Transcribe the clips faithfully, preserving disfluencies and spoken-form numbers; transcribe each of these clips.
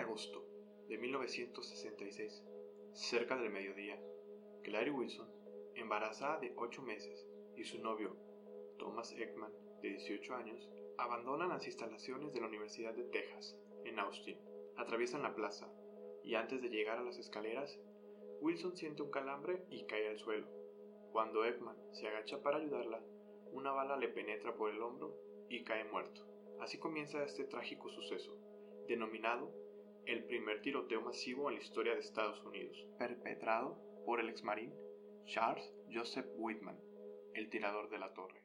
agosto de mil novecientos sesenta y seis, cerca del mediodía, Claire Wilson, embarazada de ocho meses, y su novio, Thomas Ekman, de dieciocho años, abandonan las instalaciones de la Universidad de Texas, en Austin, atraviesan la plaza, y antes de llegar a las escaleras, Wilson siente un calambre y cae al suelo. Cuando Ekman se agacha para ayudarla, una bala le penetra por el hombro y cae muerto. Así comienza este trágico suceso, denominado el primer tiroteo masivo en la historia de Estados Unidos, perpetrado por el exmarín Charles Joseph Whitman, el tirador de la torre.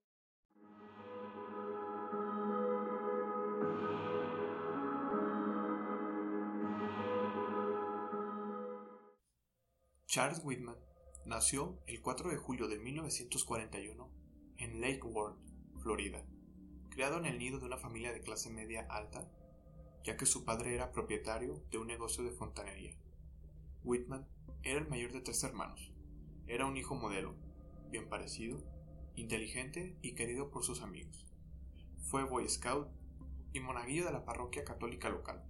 Charles Whitman nació el cuatro de julio de mil novecientos cuarenta y uno en Lake Worth, Florida, criado en el nido de una familia de clase media alta, ya que su padre era propietario de un negocio de fontanería. Whitman era el mayor de tres hermanos. Era un hijo modelo, bien parecido, inteligente y querido por sus amigos. Fue Boy Scout y monaguillo de la parroquia católica local.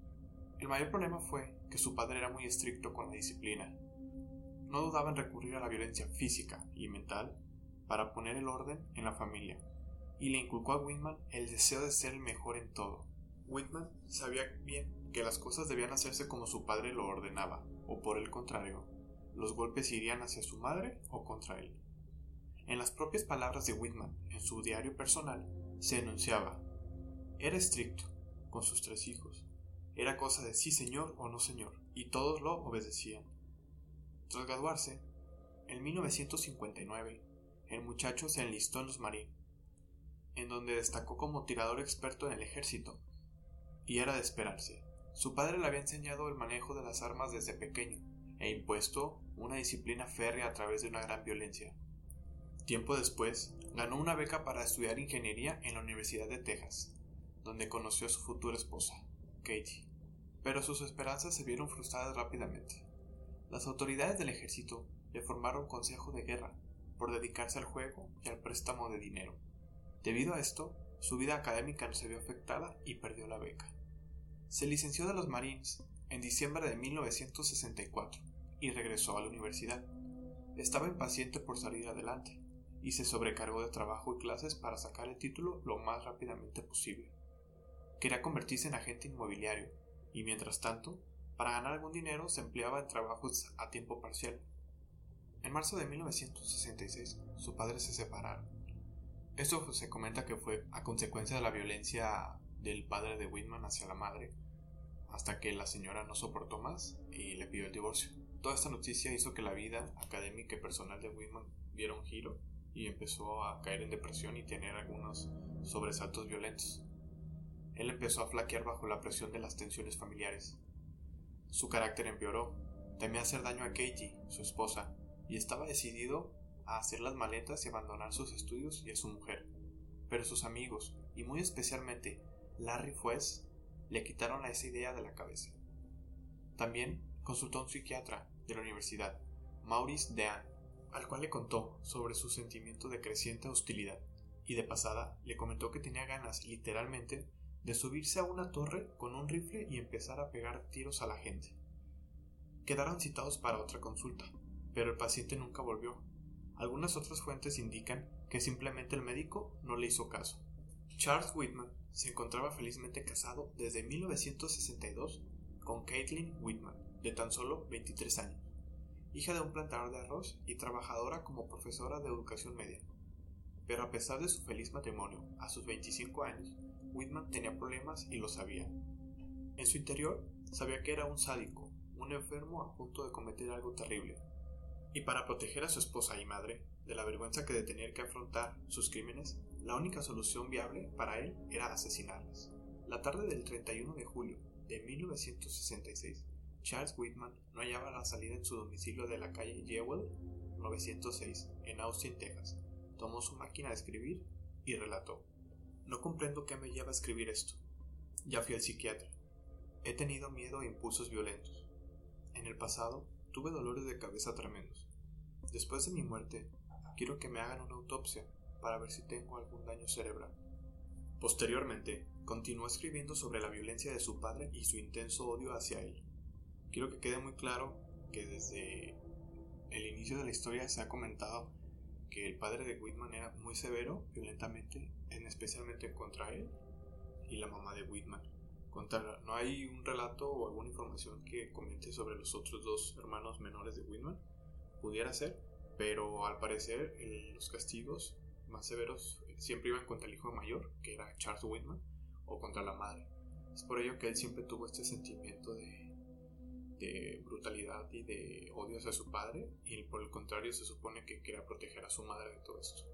El mayor problema fue que su padre era muy estricto con la disciplina. No dudaba en recurrir a la violencia física y mental para poner el orden en la familia, y le inculcó a Whitman el deseo de ser el mejor en todo. Whitman sabía bien que las cosas debían hacerse como su padre lo ordenaba, o por el contrario, los golpes irían hacia su madre o contra él. En las propias palabras de Whitman, en su diario personal, se enunciaba: era estricto con sus tres hijos, era cosa de sí señor o no señor, y todos lo obedecían. Tras graduarse, en mil novecientos cincuenta y nueve, el muchacho se enlistó en los Marines, en donde destacó como tirador experto en el ejército, y era de esperarse. Su padre le había enseñado el manejo de las armas desde pequeño e impuesto una disciplina férrea a través de una gran violencia. Tiempo después, ganó una beca para estudiar ingeniería en la Universidad de Texas, donde conoció a su futura esposa, Katie, pero sus esperanzas se vieron frustradas rápidamente. Las autoridades del ejército le formaron consejo de guerra por dedicarse al juego y al préstamo de dinero. Debido a esto, su vida académica no se vio afectada y perdió la beca. Se licenció de los Marines en diciembre de mil novecientos sesenta y cuatro y regresó a la universidad. Estaba impaciente por salir adelante y se sobrecargó de trabajo y clases para sacar el título lo más rápidamente posible. Quería convertirse en agente inmobiliario y, mientras tanto, para ganar algún dinero se empleaba en trabajos a tiempo parcial. En marzo de mil novecientos sesenta y seis, su padre se separaron. Esto se comenta que fue a consecuencia de la violencia del padre de Whitman hacia la madre, hasta que la señora no soportó más y le pidió el divorcio. Toda esta noticia hizo que la vida académica y personal de Whitman diera un giro y empezó a caer en depresión y tener algunos sobresaltos violentos. Él empezó a flaquear bajo la presión de las tensiones familiares. Su carácter empeoró, temía hacer daño a Katie, su esposa, y estaba decidido a hacer las maletas y abandonar sus estudios y a su mujer. Pero sus amigos, y muy especialmente Larry Fuess, le quitaron a esa idea de la cabeza. También consultó a un psiquiatra de la universidad, Maurice Dean, al cual le contó sobre su sentimiento de creciente hostilidad, y de pasada le comentó que tenía ganas, literalmente, de subirse a una torre con un rifle y empezar a pegar tiros a la gente. Quedaron citados para otra consulta, pero el paciente nunca volvió. Algunas otras fuentes indican que simplemente el médico no le hizo caso. Charles Whitman se encontraba felizmente casado desde mil novecientos sesenta y dos con Caitlin Whitman, de tan solo veintitrés años, hija de un plantador de arroz y trabajadora como profesora de educación media. Pero a pesar de su feliz matrimonio, a sus veinticinco años, Whitman tenía problemas y lo sabía. En su interior, sabía que era un sádico, un enfermo a punto de cometer algo terrible. Y para proteger a su esposa y madre de la vergüenza que de tener que afrontar sus crímenes, la única solución viable para él era asesinarlas. La tarde del treinta y uno de julio de mil novecientos sesenta y seis, Charles Whitman no hallaba la salida en su domicilio de la calle Jewell novecientos seis, en Austin, Texas. Tomó su máquina de escribir y relató: no comprendo qué me lleva a escribir esto. Ya fui al psiquiatra. He tenido miedo e impulsos violentos. En el pasado tuve dolores de cabeza tremendos. Después de mi muerte, quiero que me hagan una autopsia para ver si tengo algún daño cerebral. Posteriormente, continuó escribiendo sobre la violencia de su padre y su intenso odio hacia él. Quiero que quede muy claro que desde el inicio de la historia se ha comentado que el padre de Whitman era muy severo violentamente, en especialmente contra él y la mamá de Whitman. Contra, no hay un relato o alguna información que comente sobre los otros dos hermanos menores de Whitman, pudiera ser, pero al parecer el, los castigos más severos siempre iban contra el hijo mayor, que era Charles Whitman, o contra la madre. Es por ello que él siempre tuvo este sentimiento de, de brutalidad y de odio hacia su padre, y por el contrario se supone que quería proteger a su madre de todo esto.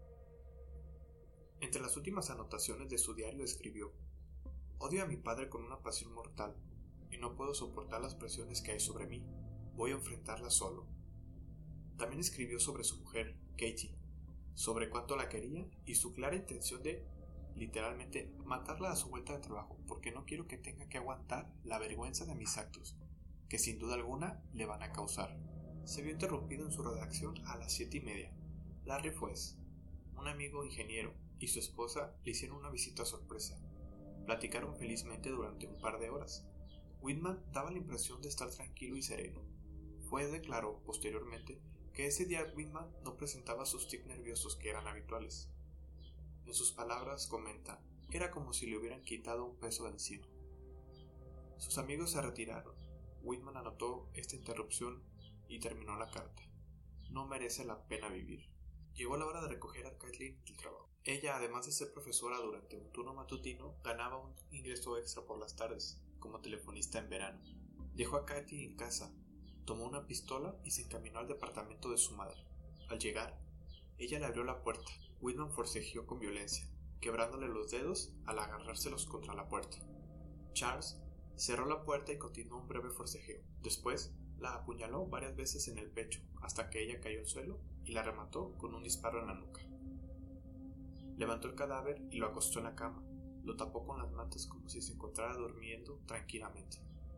Entre las últimas anotaciones de su diario escribió: odio a mi padre con una pasión mortal, y no puedo soportar las presiones que hay sobre mí. Voy a enfrentarlas solo. También escribió sobre su mujer, Katie, sobre cuánto la quería y su clara intención de, literalmente, matarla a su vuelta de trabajo, porque no quiero que tenga que aguantar la vergüenza de mis actos, que sin duda alguna le van a causar. Se vio interrumpido en su redacción a las siete y media. Larry Fuess, un amigo ingeniero, y su esposa le hicieron una visita sorpresa. Platicaron felizmente durante un par de horas. Whitman daba la impresión de estar tranquilo y sereno. Fuess declaró posteriormente que ese día Whitman no presentaba sus tics nerviosos que eran habituales. En sus palabras comenta: era como si le hubieran quitado un peso de encima. Sus amigos se retiraron. Whitman anotó esta interrupción y terminó la carta. No merece la pena vivir. Llegó la hora de recoger a Kathleen del trabajo. Ella, además de ser profesora durante un turno matutino, ganaba un ingreso extra por las tardes, como telefonista en verano. Dejó a Katy en casa, tomó una pistola y se encaminó al departamento de su madre. Al llegar, ella le abrió la puerta. Whitman forcejeó con violencia, quebrándole los dedos al agarrárselos contra la puerta. Charles cerró la puerta y continuó un breve forcejeo. Después, la apuñaló varias veces en el pecho, hasta que ella cayó al suelo y la remató con un disparo en la nuca. Levantó el cadáver y lo acostó en la cama. Lo tapó con las mantas como si se encontrara durmiendo tranquilamente.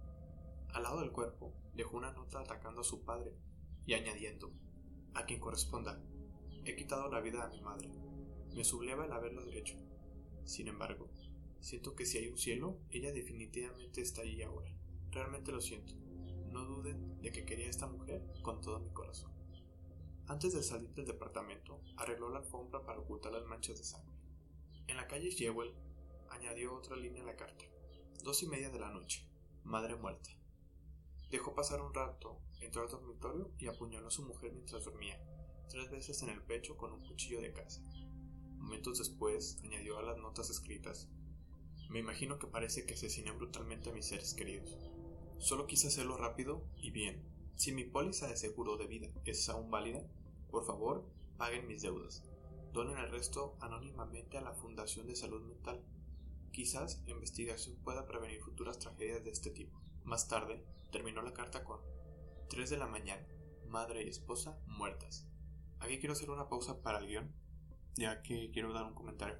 Al lado del cuerpo, dejó una nota atacando a su padre y añadiendo: a quien corresponda, he quitado la vida a mi madre. Me subleva el haberlo hecho. Sin embargo, siento que si hay un cielo, ella definitivamente está allí ahora. Realmente lo siento. No duden de que quería a esta mujer con todo mi corazón. Antes de salir del departamento, arregló la alfombra para ocultar las manchas de sangre. En la calle Jewell, añadió otra línea a la carta: dos y media de la noche, madre muerta. Dejó pasar un rato, entró al dormitorio y apuñaló a su mujer mientras dormía, tres veces en el pecho con un cuchillo de caza. Momentos después, añadió a las notas escritas: me imagino que parece que asesiné brutalmente a mis seres queridos. Solo quise hacerlo rápido y bien. Si mi póliza de seguro de vida es aún válida, por favor, paguen mis deudas. Donen el resto anónimamente a la Fundación de Salud Mental. Quizás la investigación pueda prevenir futuras tragedias de este tipo. Más tarde, terminó la carta con: tres de la mañana, madre y esposa muertas. Aquí quiero hacer una pausa para el guión, ya que quiero dar un comentario.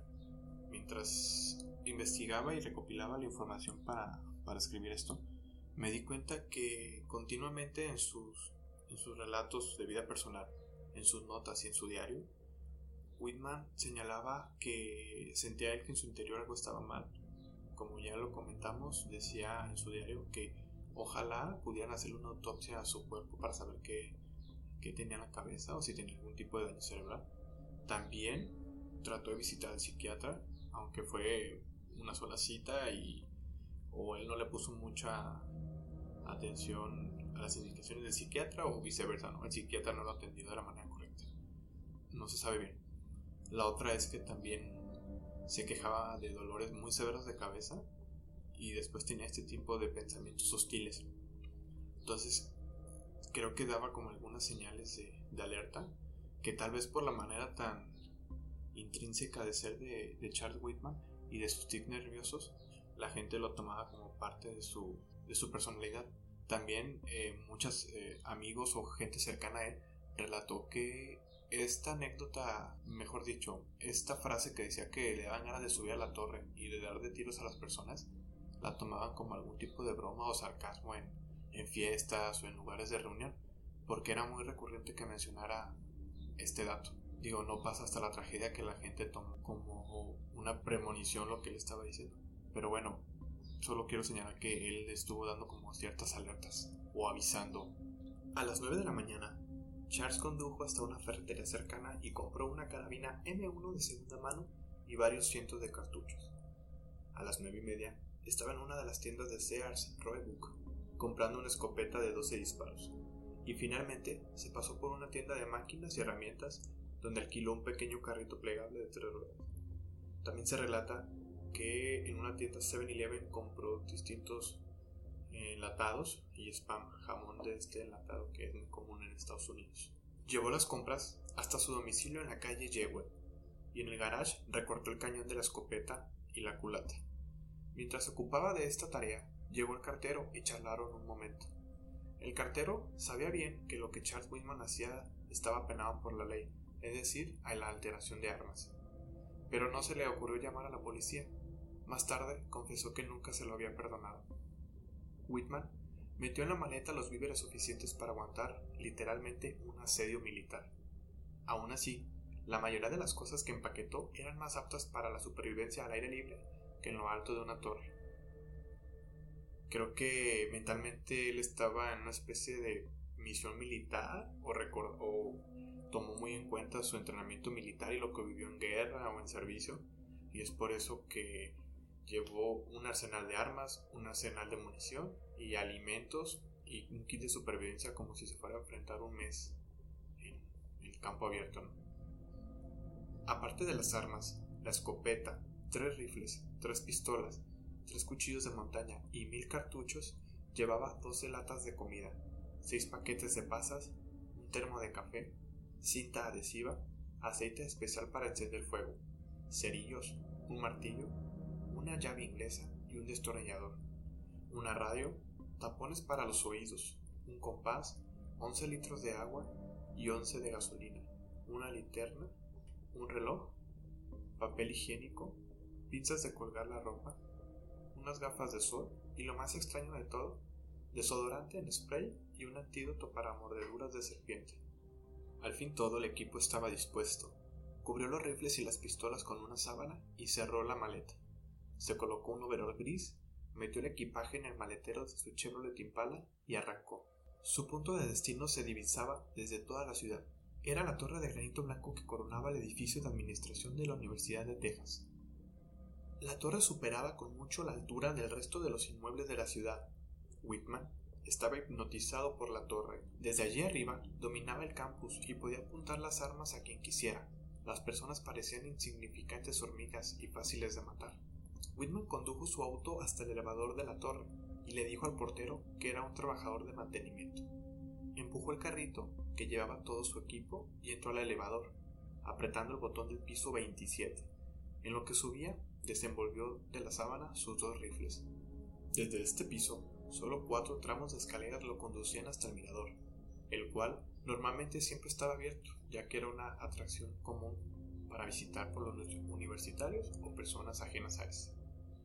Mientras investigaba y recopilaba la información para, para escribir esto, me di cuenta que continuamente en sus, en sus relatos de vida personal, en sus notas y en su diario, Whitman señalaba que sentía él que en su interior algo estaba mal. Como ya lo comentamos, decía en su diario que ojalá pudieran hacerle una autopsia a su cuerpo para saber qué, qué tenía en la cabeza o si tenía algún tipo de daño cerebral. También trató de visitar al psiquiatra, aunque fue una sola cita y o él no le puso mucha atención a las indicaciones del psiquiatra o viceversa, ¿no? El psiquiatra no lo atendió de la manera correcta. No se sabe bien. La otra es que también se quejaba de dolores muy severos de cabeza y después tenía este tipo de pensamientos hostiles. Entonces creo que daba como algunas señales de, de alerta, que tal vez por la manera tan intrínseca de ser de, de Charles Whitman y de sus tics nerviosos, la gente lo tomaba como parte de su, de su personalidad. También eh, muchos eh, amigos o gente cercana a él relató que esta anécdota, mejor dicho, esta frase que decía que le daban ganas de subir a la torre y de dar de tiros a las personas, la tomaban como algún tipo de broma o sarcasmo en, en fiestas o en lugares de reunión, porque era muy recurrente que mencionara este dato. Digo, no pasa hasta la tragedia que la gente toma como una premonición lo que él estaba diciendo. Pero bueno, solo quiero señalar que él estuvo dando como ciertas alertas o avisando. A las nueve de la mañana, Charles condujo hasta una ferretería cercana y compró una carabina eme uno de segunda mano y varios cientos de cartuchos. A las nueve y media, estaba en una de las tiendas de Sears Roebuck, comprando una escopeta de doce disparos, y finalmente se pasó por una tienda de máquinas y herramientas donde alquiló un pequeño carrito plegable de tres ruedas. También se relata que en una tienda seven eleven compró distintos enlatados y spam, jamón de este enlatado que es muy común en Estados Unidos. Llevó las compras hasta su domicilio en la calle Jewett y en el garage recortó el cañón de la escopeta y la culata. Mientras se ocupaba de esta tarea, llegó el cartero y charlaron un momento. El cartero sabía bien que lo que Charles Whitman hacía estaba penado por la ley, es decir, a la alteración de armas. Pero no se le ocurrió llamar a la policía. Más tarde confesó que nunca se lo había perdonado. Whitman metió en la maleta los víveres suficientes para aguantar literalmente un asedio militar. Aún así, la mayoría de las cosas que empaquetó eran más aptas para la supervivencia al aire libre que en lo alto de una torre. Creo que mentalmente él estaba en una especie de misión militar o, record- o tomó muy en cuenta su entrenamiento militar y lo que vivió en guerra o en servicio, y es por eso que llevó un arsenal de armas, un arsenal de munición y alimentos y un kit de supervivencia como si se fuera a enfrentar un mes en el campo abierto, ¿no? Aparte de las armas, la escopeta, tres rifles, tres pistolas, tres cuchillos de montaña y mil cartuchos, llevaba doce latas de comida, seis paquetes de pasas, un termo de café, cinta adhesiva, aceite especial para encender fuego, cerillos, un martillo, una llave inglesa y un destornillador, una radio, tapones para los oídos, un compás, once litros de agua y once de gasolina, una linterna, un reloj, papel higiénico, pinzas de colgar la ropa, unas gafas de sol y, lo más extraño de todo, desodorante en spray y un antídoto para mordeduras de serpiente. Al fin todo el equipo estaba dispuesto. Cubrió los rifles y las pistolas con una sábana y cerró la maleta. Se colocó un overol gris, metió el equipaje en el maletero de su Chevrolet Impala y arrancó. Su punto de destino se divisaba desde toda la ciudad. Era la torre de granito blanco que coronaba el edificio de administración de la Universidad de Texas. La torre superaba con mucho la altura del resto de los inmuebles de la ciudad. Whitman estaba hipnotizado por la torre. Desde allí arriba dominaba el campus y podía apuntar las armas a quien quisiera. Las personas parecían insignificantes hormigas y fáciles de matar. Whitman condujo su auto hasta el elevador de la torre y le dijo al portero que era un trabajador de mantenimiento. Empujó el carrito que llevaba todo su equipo y entró al elevador, apretando el botón del piso veintisiete. En lo que subía, desenvolvió de la sábana sus dos rifles. Desde este piso, solo cuatro tramos de escaleras lo conducían hasta el mirador, el cual normalmente siempre estaba abierto, ya que era una atracción común para visitar por los universitarios o personas ajenas a este.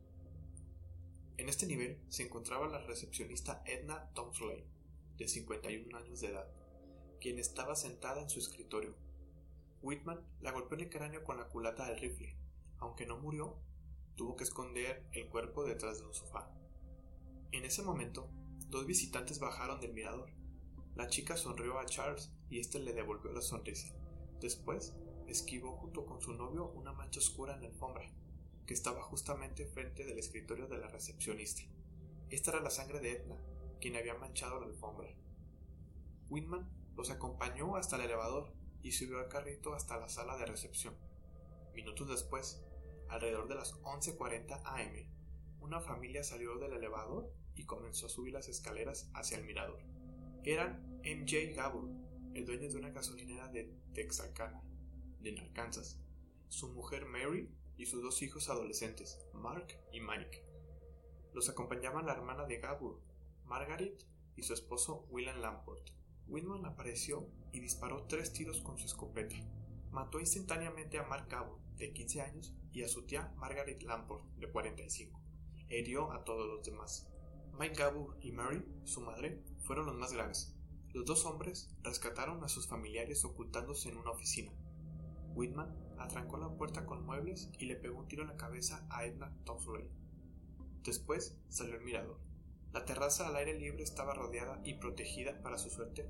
En este nivel se encontraba la recepcionista Edna Tomsley, de cincuenta y un años de edad, quien estaba sentada en su escritorio. Whitman la golpeó en el cráneo con la culata del rifle. Aunque no murió, tuvo que esconder el cuerpo detrás de un sofá. En ese momento, dos visitantes bajaron del mirador. La chica sonrió a Charles y éste le devolvió la sonrisa. Después, esquivó junto con su novio una mancha oscura en la alfombra, que estaba justamente frente del escritorio de la recepcionista. Esta era la sangre de Edna, quien había manchado la alfombra. Whitman los acompañó hasta el elevador y subió al carrito hasta la sala de recepción. Minutos después, alrededor de las once cuarenta a eme, una familia salió del elevador y comenzó a subir las escaleras hacia el mirador. Eran eme jota Gabor, el dueño de una gasolinera de Texarkana, en Arkansas, su mujer Mary y sus dos hijos adolescentes, Mark y Mike. Los acompañaban la hermana de Gabor, Margaret, y su esposo William Lamport. Whitman apareció y disparó tres tiros con su escopeta. Mató instantáneamente a Mark Gabor, de quince años, y a su tía Margaret Lamport, de cuarenta y cinco. Herió a todos los demás. Mike Gabor y Mary, su madre, fueron los más graves. Los dos hombres rescataron a sus familiares ocultándose en una oficina. Whitman atrancó la puerta con muebles y le pegó un tiro en la cabeza a Edna Townley. Después salió al mirador. La terraza al aire libre estaba rodeada y protegida, para su suerte,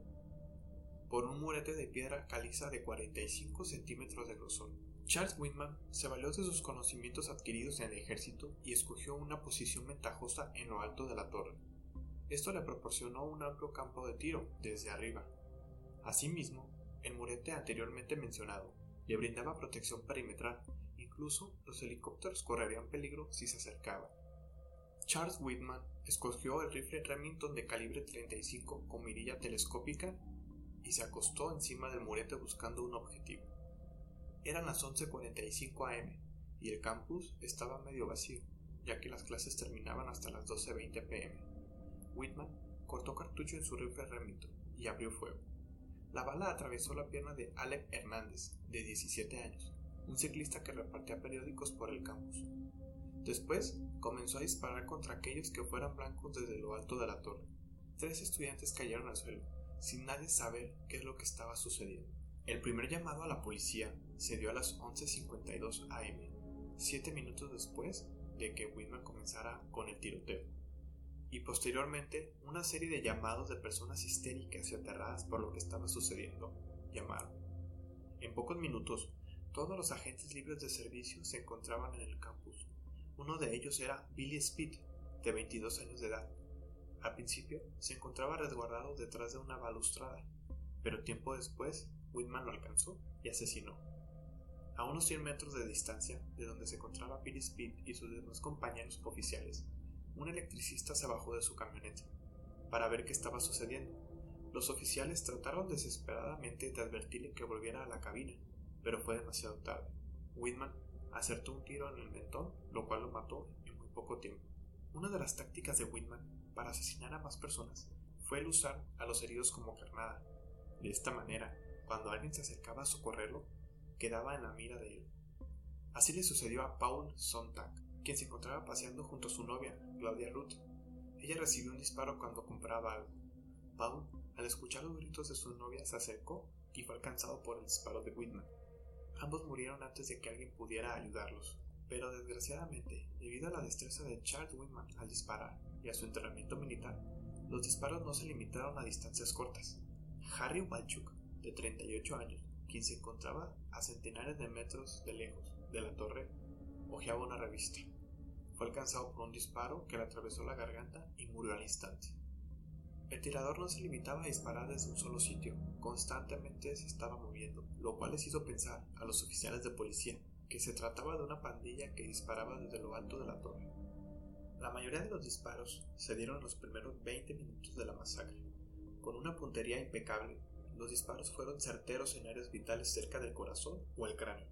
por un murete de piedra caliza de cuarenta y cinco centímetros de grosor. Charles Whitman se valió de sus conocimientos adquiridos en el ejército y escogió una posición ventajosa en lo alto de la torre. Esto le proporcionó un amplio campo de tiro desde arriba. Asimismo, el murete anteriormente mencionado le brindaba protección perimetral. Incluso los helicópteros correrían peligro si se acercaban. Charles Whitman escogió el rifle Remington de calibre treinta y cinco con mirilla telescópica y se acostó encima del murete buscando un objetivo. Eran las once cuarenta y cinco a eme y el campus estaba medio vacío, ya que las clases terminaban hasta las doce veinte pe eme. Whitman cortó cartucho en su rifle Remington y abrió fuego. La bala atravesó la pierna de Alec Hernández, de diecisiete años, un ciclista que repartía periódicos por el campus. Después comenzó a disparar contra aquellos que fueran blancos desde lo alto de la torre. Tres estudiantes cayeron al suelo, sin nadie saber qué es lo que estaba sucediendo. El primer llamado a la policía se dio a las once cincuenta y dos a eme, siete minutos después de que Whitman comenzara con el tiroteo, y posteriormente una serie de llamados de personas histéricas y aterradas por lo que estaba sucediendo llamaron. En pocos minutos, todos los agentes libres de servicio se encontraban en el campus. Uno de ellos era Billy Speed, de veintidós años de edad. Al principio se encontraba resguardado detrás de una balustrada, pero tiempo después Whitman lo alcanzó y asesinó. A unos cien metros de distancia de donde se encontraba Billy Speed y sus demás compañeros oficiales, un electricista se bajó de su camioneta para ver qué estaba sucediendo. Los oficiales trataron desesperadamente de advertirle que volviera a la cabina, pero fue demasiado tarde. Whitman acertó un tiro en el mentón, lo cual lo mató en muy poco tiempo. Una de las tácticas de Whitman para asesinar a más personas fue el usar a los heridos como carnada. De esta manera, cuando alguien se acercaba a socorrerlo, quedaba en la mira de él. Así le sucedió a Paul Sontag, quien se encontraba paseando junto a su novia, Claudia Ruth. Ella recibió un disparo cuando compraba algo. Paul, al escuchar los gritos de su novia, se acercó y fue alcanzado por el disparo de Whitman. Ambos murieron antes de que alguien pudiera ayudarlos, pero desgraciadamente, debido a la destreza de Charles Whitman al disparar y a su entrenamiento militar, los disparos no se limitaron a distancias cortas. Harry Walchuk, de treinta y ocho años, quien se encontraba a centenares de metros de lejos de la torre, hojeaba una revista. Fue alcanzado por un disparo que le atravesó la garganta y murió al instante. El tirador no se limitaba a disparar desde un solo sitio, constantemente se estaba moviendo, lo cual les hizo pensar a los oficiales de policía que se trataba de una pandilla que disparaba desde lo alto de la torre. La mayoría de los disparos se dieron en los primeros veinte minutos de la masacre. Con una puntería impecable, los disparos fueron certeros en áreas vitales cerca del corazón o el cráneo.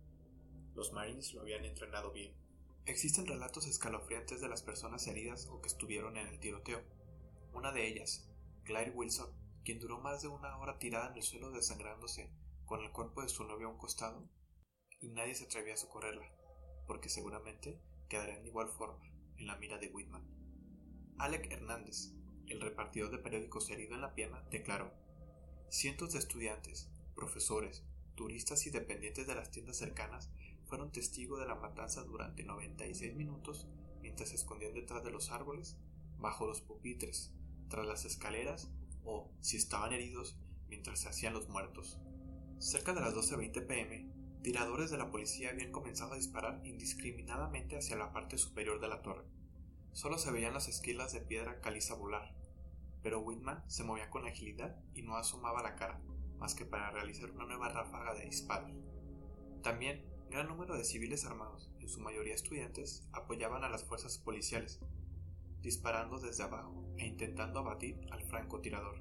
Los Marines lo habían entrenado bien. Existen relatos escalofriantes de las personas heridas o que estuvieron en el tiroteo. Una de ellas, Claire Wilson, quien duró más de una hora tirada en el suelo desangrándose con el cuerpo de su novio a un costado, y nadie se atrevía a socorrerla, porque seguramente quedaría en igual forma en la mira de Whitman. Alec Hernández, el repartidor de periódicos herido en la pierna, declaró: cientos de estudiantes, profesores, turistas y dependientes de las tiendas cercanas fueron testigos de la matanza durante noventa y seis minutos mientras se escondían detrás de los árboles, bajo los pupitres, tras las escaleras o, si estaban heridos, mientras se hacían los muertos. Cerca de las doce veinte pe eme, tiradores de la policía habían comenzado a disparar indiscriminadamente hacia la parte superior de la torre. Solo se veían las esquilas de piedra caliza volar, pero Whitman se movía con agilidad y no asomaba la cara, más que para realizar una nueva ráfaga de disparos. También, gran número de civiles armados, en su mayoría estudiantes, apoyaban a las fuerzas policiales, disparando desde abajo e intentando abatir al francotirador.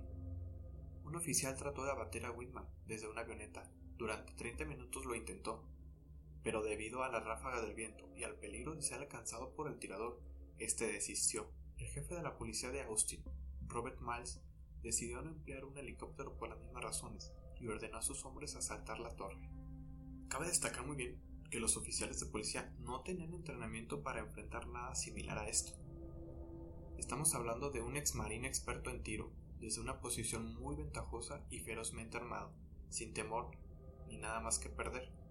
Un oficial trató de abatir a Whitman desde una avioneta. Durante treinta minutos lo intentó, pero debido a la ráfaga del viento y al peligro de ser alcanzado por el tirador, este desistió. El jefe de la policía de Austin, Robert Miles, decidió no emplear un helicóptero por las mismas razones y ordenó a sus hombres asaltar la torre. Cabe destacar muy bien que los oficiales de policía no tenían entrenamiento para enfrentar nada similar a esto. Estamos hablando de un ex marine experto en tiro, desde una posición muy ventajosa y ferozmente armado, sin temor ni nada más que perder.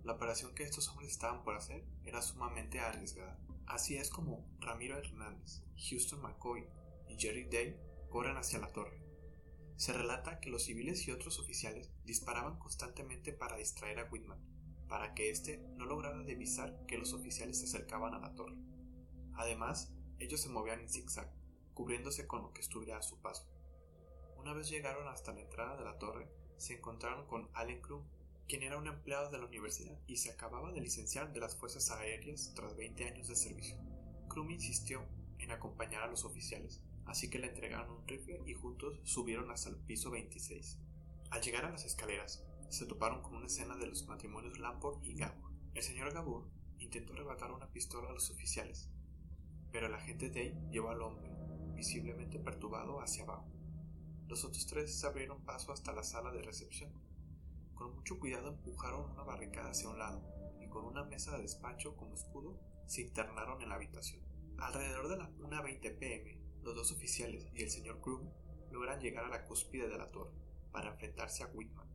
La operación que estos hombres estaban por hacer era sumamente arriesgada. Así es como Ramiro Hernández, Houston McCoy y Jerry Day corren hacia la torre. Se relata que los civiles y otros oficiales disparaban constantemente para distraer a Whitman, para que éste no lograra divisar que los oficiales se acercaban a la torre. Además, ellos se movían en zigzag, cubriéndose con lo que estuviera a su paso. Una vez llegaron hasta la entrada de la torre, se encontraron con Allen Crum, quien era un empleado de la universidad y se acababa de licenciar de las fuerzas aéreas tras veinte años de servicio. Crum insistió en acompañar a los oficiales, así que le entregaron un rifle y juntos subieron hasta el piso veintiséis. Al llegar a las escaleras, se toparon con una escena de los matrimonios Lamport y Gabor. El señor Gabor intentó arrebatar una pistola a los oficiales, pero el agente Day llevó al hombre, visiblemente perturbado, hacia abajo. Los otros tres se abrieron paso hasta la sala de recepción. Con mucho cuidado empujaron una barricada hacia un lado y con una mesa de despacho como escudo se internaron en la habitación. Alrededor de las una veinte pe eme, los dos oficiales y el señor Crum logran llegar a la cúspide de la torre para enfrentarse a Whitman.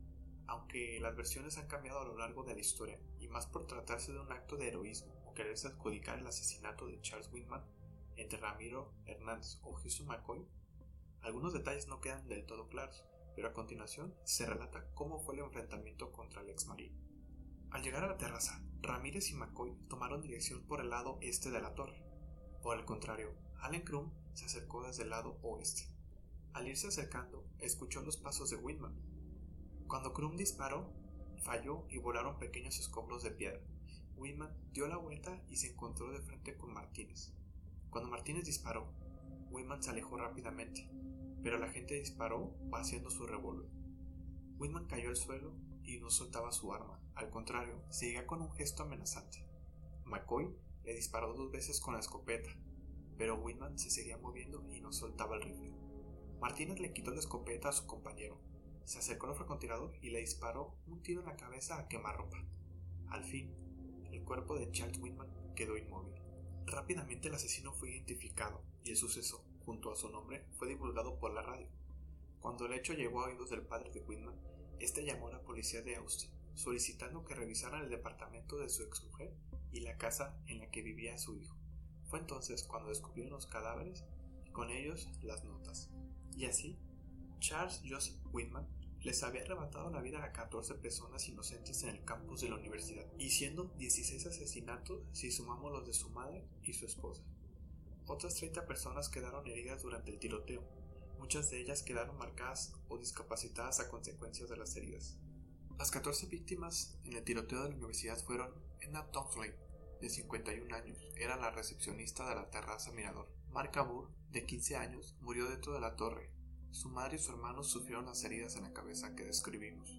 Aunque las versiones han cambiado a lo largo de la historia, y más por tratarse de un acto de heroísmo o quererse adjudicar el asesinato de Charles Whitman entre Ramiro Hernández o Houston McCoy, algunos detalles no quedan del todo claros, pero a continuación se relata cómo fue el enfrentamiento contra el ex marino. Al llegar a la terraza, Ramírez y McCoy tomaron dirección por el lado este de la torre. Por el contrario, Allen Crum se acercó desde el lado oeste. Al irse acercando, escuchó los pasos de Whitman. Cuando Crum disparó, falló y volaron pequeños escombros de piedra. Whitman dio la vuelta y se encontró de frente con Martínez. Cuando Martínez disparó, Whitman se alejó rápidamente, pero el agente disparó vaciando su revólver. Whitman cayó al suelo y no soltaba su arma, al contrario, seguía con un gesto amenazante. McCoy le disparó dos veces con la escopeta, pero Whitman se seguía moviendo y no soltaba el rifle. Martínez le quitó la escopeta a su compañero, se acercó al francotirador y le disparó un tiro en la cabeza a quemarropa. Al fin, el cuerpo de Charles Whitman quedó inmóvil. Rápidamente el asesino fue identificado y el suceso, junto a su nombre, fue divulgado por la radio. Cuando el hecho llegó a oídos del padre de Whitman, este llamó a la policía de Austin, solicitando que revisaran el departamento de su exmujer y la casa en la que vivía su hijo. Fue entonces cuando descubrieron los cadáveres y con ellos las notas. Y así, Charles Joseph Whitman les había arrebatado la vida a catorce personas inocentes en el campus de la universidad, y siendo dieciséis asesinatos si sumamos los de su madre y su esposa. Otras treinta personas quedaron heridas durante el tiroteo. Muchas de ellas quedaron marcadas o discapacitadas a consecuencia de las heridas. Las catorce víctimas en el tiroteo de la universidad fueron Edna Townsley, de cincuenta y un años, era la recepcionista de la terraza Mirador. Mark Gabor, de quince años, murió dentro de la torre. Su madre y su hermano sufrieron las heridas en la cabeza que describimos.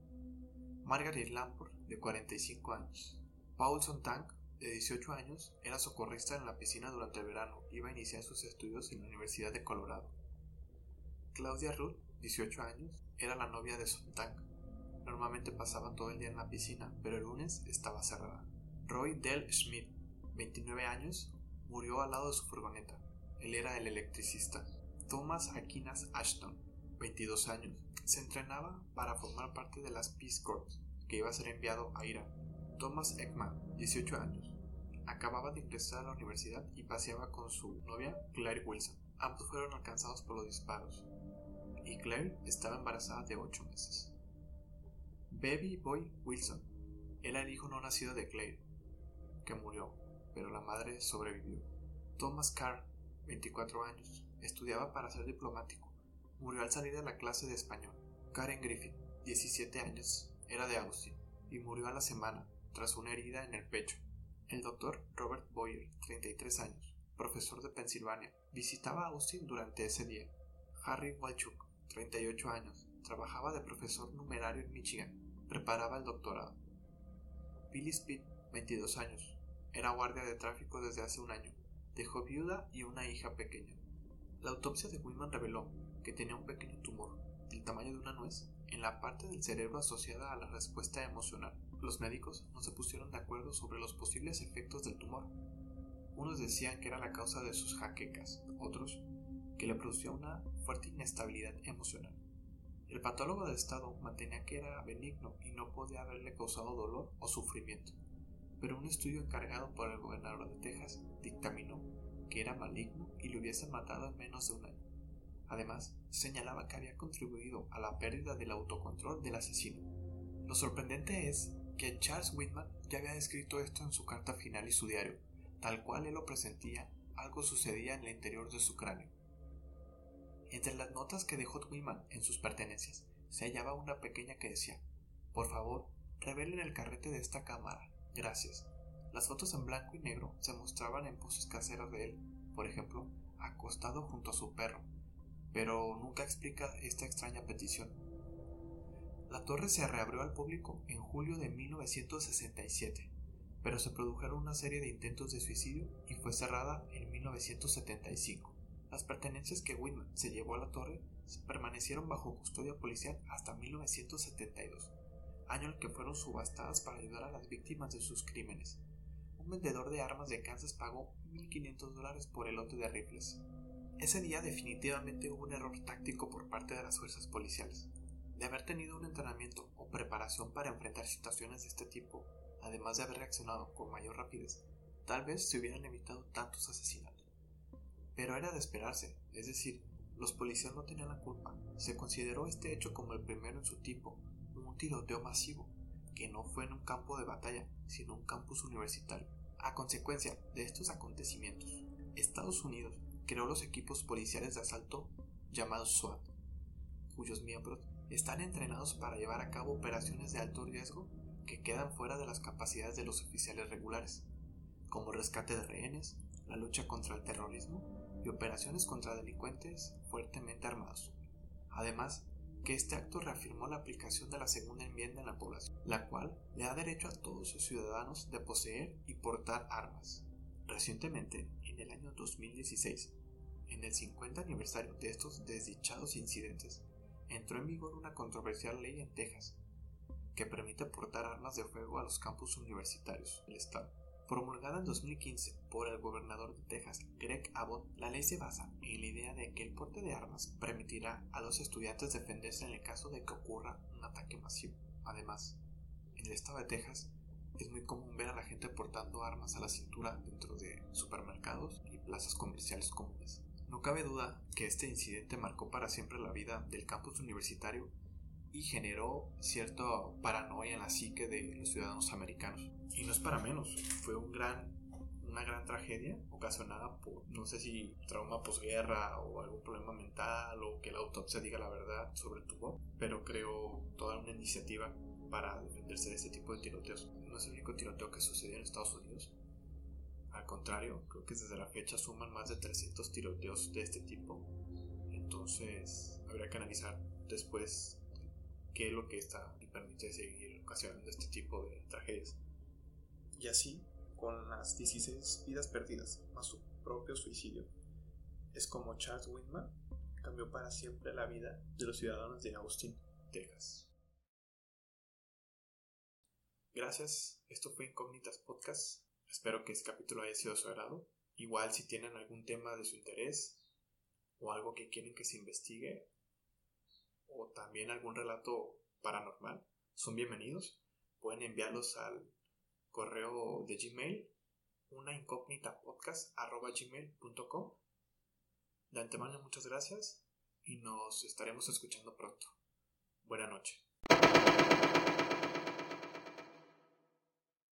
Margaret Lamport, de cuarenta y cinco años. Paul Sontag, de dieciocho años, era socorrista en la piscina durante el verano. Iba a iniciar sus estudios en la Universidad de Colorado. Claudia Ruth, dieciocho años, era la novia de Sontag. Normalmente pasaban todo el día en la piscina, pero el lunes estaba cerrada. Roy Dell Schmidt, veintinueve años, murió al lado de su furgoneta. Él era el electricista. Thomas Aquinas Ashton, veintidós años, se entrenaba para formar parte de las Peace Corps, que iba a ser enviado a Irán. Thomas Ekman, dieciocho años, acababa de ingresar a la universidad y paseaba con su novia Claire Wilson. Ambos fueron alcanzados por los disparos, y Claire estaba embarazada de ocho meses. Baby Boy Wilson era el hijo no nacido de Claire, que murió, pero la madre sobrevivió. Thomas Carr, veinticuatro años, estudiaba para ser diplomático. Murió al salir de la clase de español. Karen Griffin, diecisiete años, era de Austin y murió a la semana tras una herida en el pecho. El doctor Robert Boyer, treinta y tres años, profesor de Pensilvania, visitaba Austin durante ese día. Harry Walchuk, treinta y ocho años, trabajaba de profesor numerario en Michigan, preparaba el doctorado. Billy Speed, veintidós años, era guardia de tráfico desde hace un año. Dejó viuda y una hija pequeña. La autopsia de Whitman reveló que tenía un pequeño tumor, del tamaño de una nuez, en la parte del cerebro asociada a la respuesta emocional. Los médicos no se pusieron de acuerdo sobre los posibles efectos del tumor. Unos decían que era la causa de sus jaquecas, otros que le producía una fuerte inestabilidad emocional. El patólogo de Estado mantenía que era benigno y no podía haberle causado dolor o sufrimiento, pero un estudio encargado por el gobernador de Texas dictaminó que era maligno y lo hubiese matado en menos de un año. Además, señalaba que había contribuido a la pérdida del autocontrol del asesino. Lo sorprendente es que Charles Whitman ya había descrito esto en su carta final y su diario. Tal cual él lo presentía, algo sucedía en el interior de su cráneo. Entre las notas que dejó Whitman en sus pertenencias se hallaba una pequeña que decía: por favor, revelen el carrete de esta cámara, gracias. Las fotos en blanco y negro se mostraban en poses caseras de él, por ejemplo, acostado junto a su perro, pero nunca explica esta extraña petición. La torre se reabrió al público en julio de mil novecientos sesenta y siete, pero se produjeron una serie de intentos de suicidio y fue cerrada en mil novecientos setenta y cinco. Las pertenencias que Whitman se llevó a la torre permanecieron bajo custodia policial hasta mil novecientos setenta y dos, año en el que fueron subastadas para ayudar a las víctimas de sus crímenes. Un vendedor de armas de Kansas pagó mil quinientos dólares por el lote de rifles. Ese día definitivamente hubo un error táctico por parte de las fuerzas policiales. De haber tenido un entrenamiento o preparación para enfrentar situaciones de este tipo, además de haber reaccionado con mayor rapidez, tal vez se hubieran evitado tantos asesinatos. Pero era de esperarse, es decir, los policías no tenían la culpa. Se consideró este hecho como el primero en su tipo, un tiroteo masivo, que no fue en un campo de batalla, sino un campus universitario. A consecuencia de estos acontecimientos, Estados Unidos creó los equipos policiales de asalto llamados SWAT, cuyos miembros están entrenados para llevar a cabo operaciones de alto riesgo que quedan fuera de las capacidades de los oficiales regulares, como rescate de rehenes, la lucha contra el terrorismo y operaciones contra delincuentes fuertemente armados. Además, que este acto reafirmó la aplicación de la segunda enmienda en la población, la cual le da derecho a todos sus ciudadanos de poseer y portar armas. Recientemente, en el año dos mil dieciséis, en el cincuenta aniversario de estos desdichados incidentes, entró en vigor una controversial ley en Texas que permite portar armas de fuego a los campus universitarios del estado. Promulgada en dos mil quince por el gobernador de Texas, Greg Abbott, la ley se basa en la idea de que el porte de armas permitirá a los estudiantes defenderse en el caso de que ocurra un ataque masivo. Además, en el estado de Texas es muy común ver a la gente portando armas a la cintura dentro de supermercados y plazas comerciales comunes. No cabe duda que este incidente marcó para siempre la vida del campus universitario y generó cierta paranoia en la psique de los ciudadanos americanos. Y no es para menos, fue un gran, una gran tragedia ocasionada por, no sé si trauma posguerra o algún problema mental o que la autopsia diga la verdad sobre el tumor, pero creó toda una iniciativa para defenderse de este tipo de tiroteos. No es el único tiroteo que sucedió en Estados Unidos. Al contrario, creo que desde la fecha suman más de trescientos tiroteos de este tipo. Entonces, habría que analizar después qué es lo que está y permite seguir ocasionando este tipo de tragedias. Y así, con las dieciséis vidas perdidas, más su propio suicidio, es como Charles Whitman cambió para siempre la vida de los ciudadanos de Austin, Texas. Gracias, esto fue Incógnitas Podcast. Espero que este capítulo haya sido de su agrado. Igual si tienen algún tema de su interés o algo que quieren que se investigue o también algún relato paranormal, son bienvenidos. Pueden enviarlos al correo de Gmail, unaincógnitapodcast arroba gmail punto com. De antemano muchas gracias y nos estaremos escuchando pronto. Buenas noches.